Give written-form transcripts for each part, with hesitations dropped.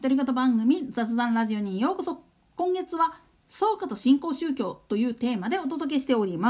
独り言番組雑談ラジオにようこそ。今月は創価と新興宗教というテーマでお届けしております。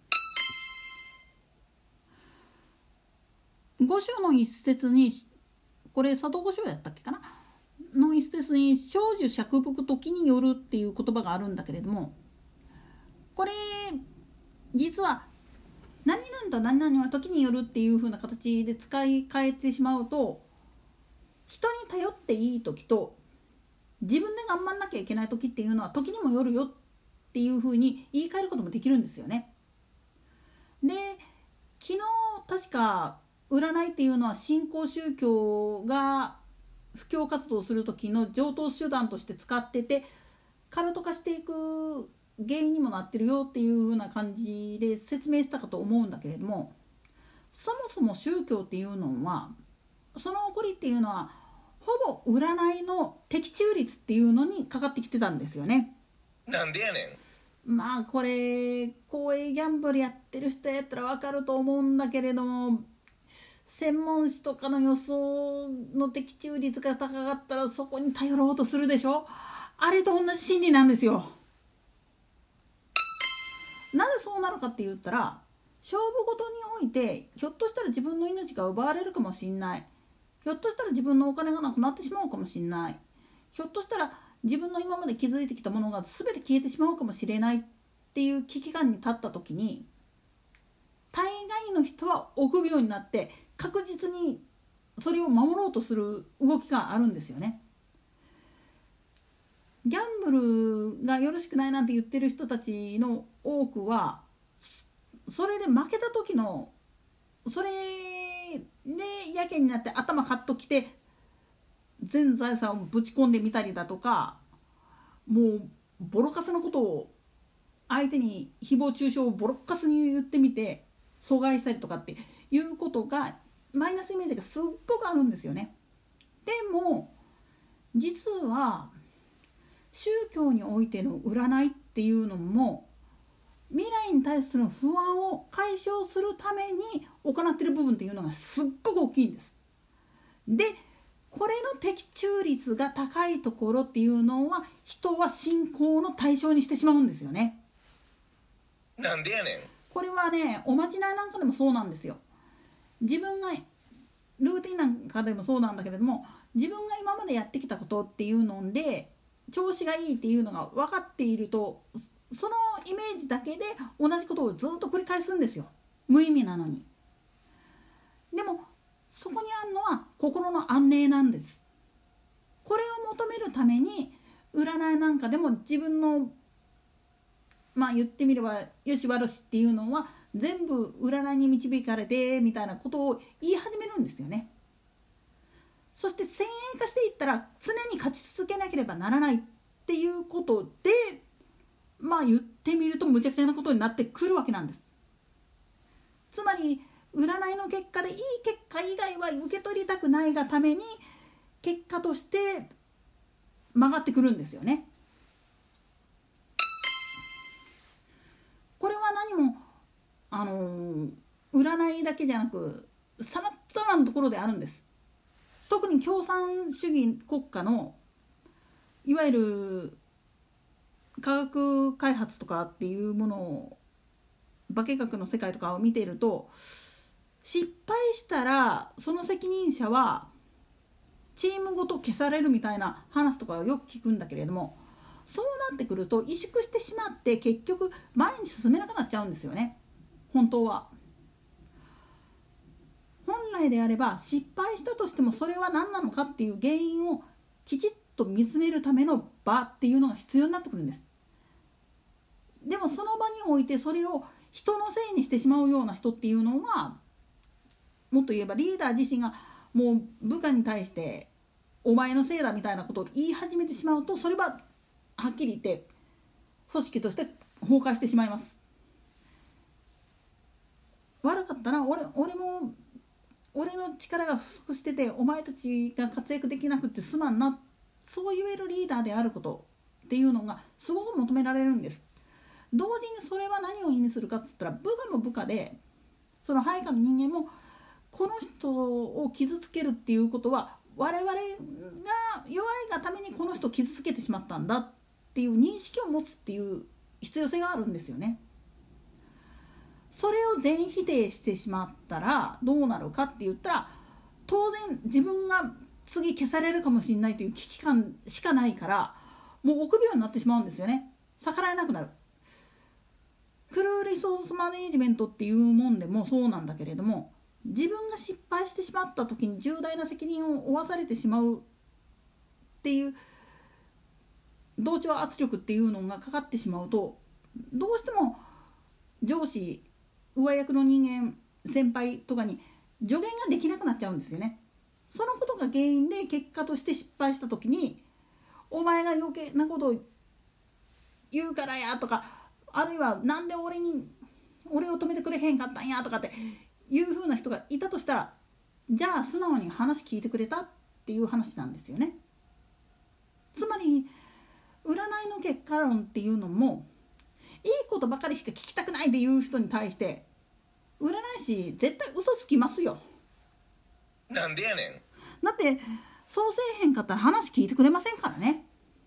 五章の一節に、これ佐藤五章やったっけかなの一節に生寿釈伏時によるっていう言葉があるんだけれども、これ実は何々と何々は時によるっていう風な形で使い換えてしまうと、人に頼っていい時と自分で頑張んなきゃいけない時っていうのは時にもよるよっていう風に言い換えることもできるんですよね。で、昨日確か占いっていうのは新興宗教が布教活動する時の常套手段として使ってて、カルト化していく原因にもなってるよっていう風な感じで説明したかと思うんだけれども、そもそも宗教っていうのは、その起こりっていうのはほぼ占いの的中率っていうのにかかってきてたんですよね。 なんでやねん。まあこれ公営ギャンブルやってる人やったらわかると思うんだけれども、専門誌とかの予想の的中率が高かったらそこに頼ろうとするでしょ。あれと同じ心理なんですよ。なぜそうなるかって言ったら、勝負事においてひょっとしたら自分の命が奪われるかもしれない、ひょっとしたら自分のお金がなくなってしまうかもしれない、ひょっとしたら自分の今まで築いてきたものが全て消えてしまうかもしれないっていう危機感に立った時に、大概の人は臆病になって確実にそれを守ろうとする動きがあるんですよね。ギャンブルがよろしくないなんて言ってる人たちの多くは、それで負けた時のそれでやけになって頭カッときて全財産をぶち込んでみたりだとか、もうボロカスのことを相手に誹謗中傷をボロカスに言ってみて阻害したりとかっていうことが、マイナスイメージがすっごくあるんですよね。でも実は宗教においての占いっていうのも、未来に対する不安を解消するために行っている部分っていうのがすっごく大きいんです。で、これの的中率が高いところっていうのは、人は信仰の対象にしてしまうんですよね。 なんでやねん。 これはね、おまじないなんかでもそうなんですよ。自分がルーティンなんかでもそうなんだけれども、自分が今までやってきたことっていうので調子がいいっていうのが分かっていると、そのイメージだけで同じことをずっと繰り返すんですよ。無意味なのに。でもそこにあるのは心の安寧なんです。これを求めるために占いなんかでも自分の言ってみればよし悪しっていうのは全部占いに導かれてみたいなことを言い始めるんですよね。そして先鋭化していったら常に勝ち続けなければならないっていうことで、言ってみると無茶苦茶なことになってくるわけなんです。つまり占いの結果でいい結果以外は受け取りたくないがために、結果として曲がってくるんですよね。これは何も占いだけじゃなくさまざまなところであるんです。特に共産主義国家のいわゆる科学開発とかっていうものを、化学の世界とかを見ていると、失敗したらその責任者はチームごと消されるみたいな話とかをよく聞くんだけれども、そうなってくると萎縮してしまって結局前に進めなくなっちゃうんですよね。本当は本来であれば失敗したとしてもそれは何なのかっていう原因をきちっと見つめるための場っていうのが必要になってくるんです。でもその場においてそれを人のせいにしてしまうような人っていうのは、もっと言えばリーダー自身がもう部下に対してお前のせいだみたいなことを言い始めてしまうと、それははっきり言って組織として崩壊してしまいます。悪かったな、俺の力が不足しててお前たちが活躍できなくてすまんな、そう言えるリーダーであることっていうのがすごく求められるんです。同時にそれは何を意味するかっつったら、部下も部下で、その配下の人間もこの人を傷つけるっていうことは我々が弱いがためにこの人を傷つけてしまったんだっていう認識を持つっていう必要性があるんですよね。それを全否定してしまったらどうなるかって言ったら、当然自分が次消されるかもしれないという危機感しかないから、もう臆病になってしまうんですよね。逆らえなくなる。クルーリソースマネージメントっていうもんでもそうなんだけれども、自分が失敗してしまった時に重大な責任を負わされてしまうっていう同調圧力っていうのがかかってしまうと、どうしても上司、上役の人間、先輩とかに助言ができなくなっちゃうんですよね。そのことが原因で結果として失敗した時に、お前が余計なことを言うからやとか、あるいはなんで俺を止めてくれへんかったんやとかっていう風な人がいたとしたら、じゃあ素直に話聞いてくれたっていう話なんですよね。つまり占いの結果論っていうのも、いいことばかりしか聞きたくないっていう人に対して占い師絶対嘘つきますよ。 なんでやねん。 だってそうせえへんかったら話聞いてくれませんからね。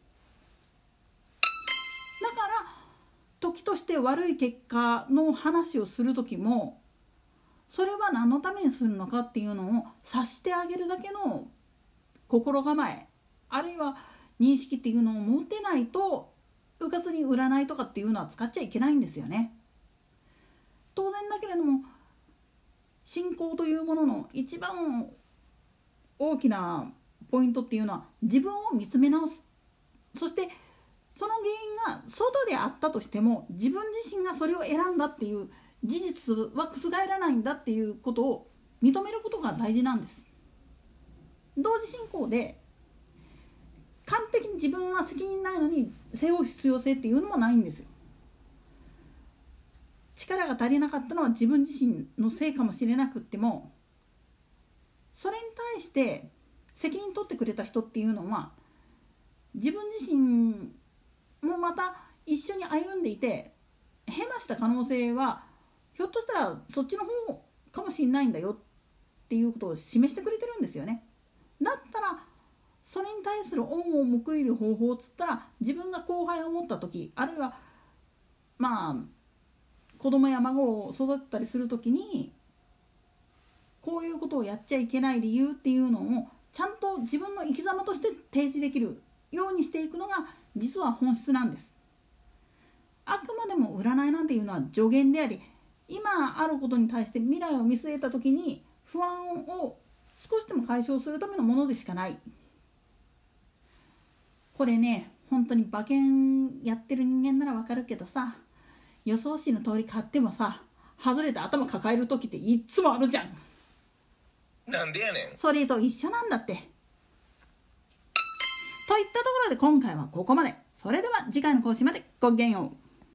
だから時として悪い結果の話をする時も、それは何のためにするのかっていうのを察してあげるだけの心構え、あるいは認識っていうのを持ってないと、うかつに占いとかっていうのは使っちゃいけないんですよね。当然だけれども、信仰というものの一番大きなポイントっていうのは自分を見つめ直す。そしてその原因が外であったとしても、自分自身がそれを選んだっていう事実は覆らないんだっていうことを認めることが大事なんです。同時進行で完璧に自分は責任ないのに背負う必要性っていうのもないんですよ。力が足りなかったのは自分自身のせいかもしれなくっても、それに対して責任取ってくれた人っていうのは、自分自身もまた一緒に歩んでいて、ヘマした可能性はひょっとしたらそっちの方かもしれないんだよっていうことを示してくれてるんですよね。だったらそれに対する恩を報いる方法っつったら、自分が後輩を持った時、あるいは子供や孫を育てたりする時に、こういうことをやっちゃいけない理由っていうのをちゃんと自分の生き様として提示できるようにしていくのが実は本質なんです。あくまでも占いなんていうのは助言であり、今あることに対して未来を見据えた時に不安を少しでも解消するためのものでしかない。これね、本当に馬券やってる人間ならわかるけどさ、予想士の通り買ってもさ、外れて頭抱える時っていっつもあるじゃん。 なんでやねん。 それと一緒なんだって。といったところで今回はここまで。それでは次回の更新までごきげんよう。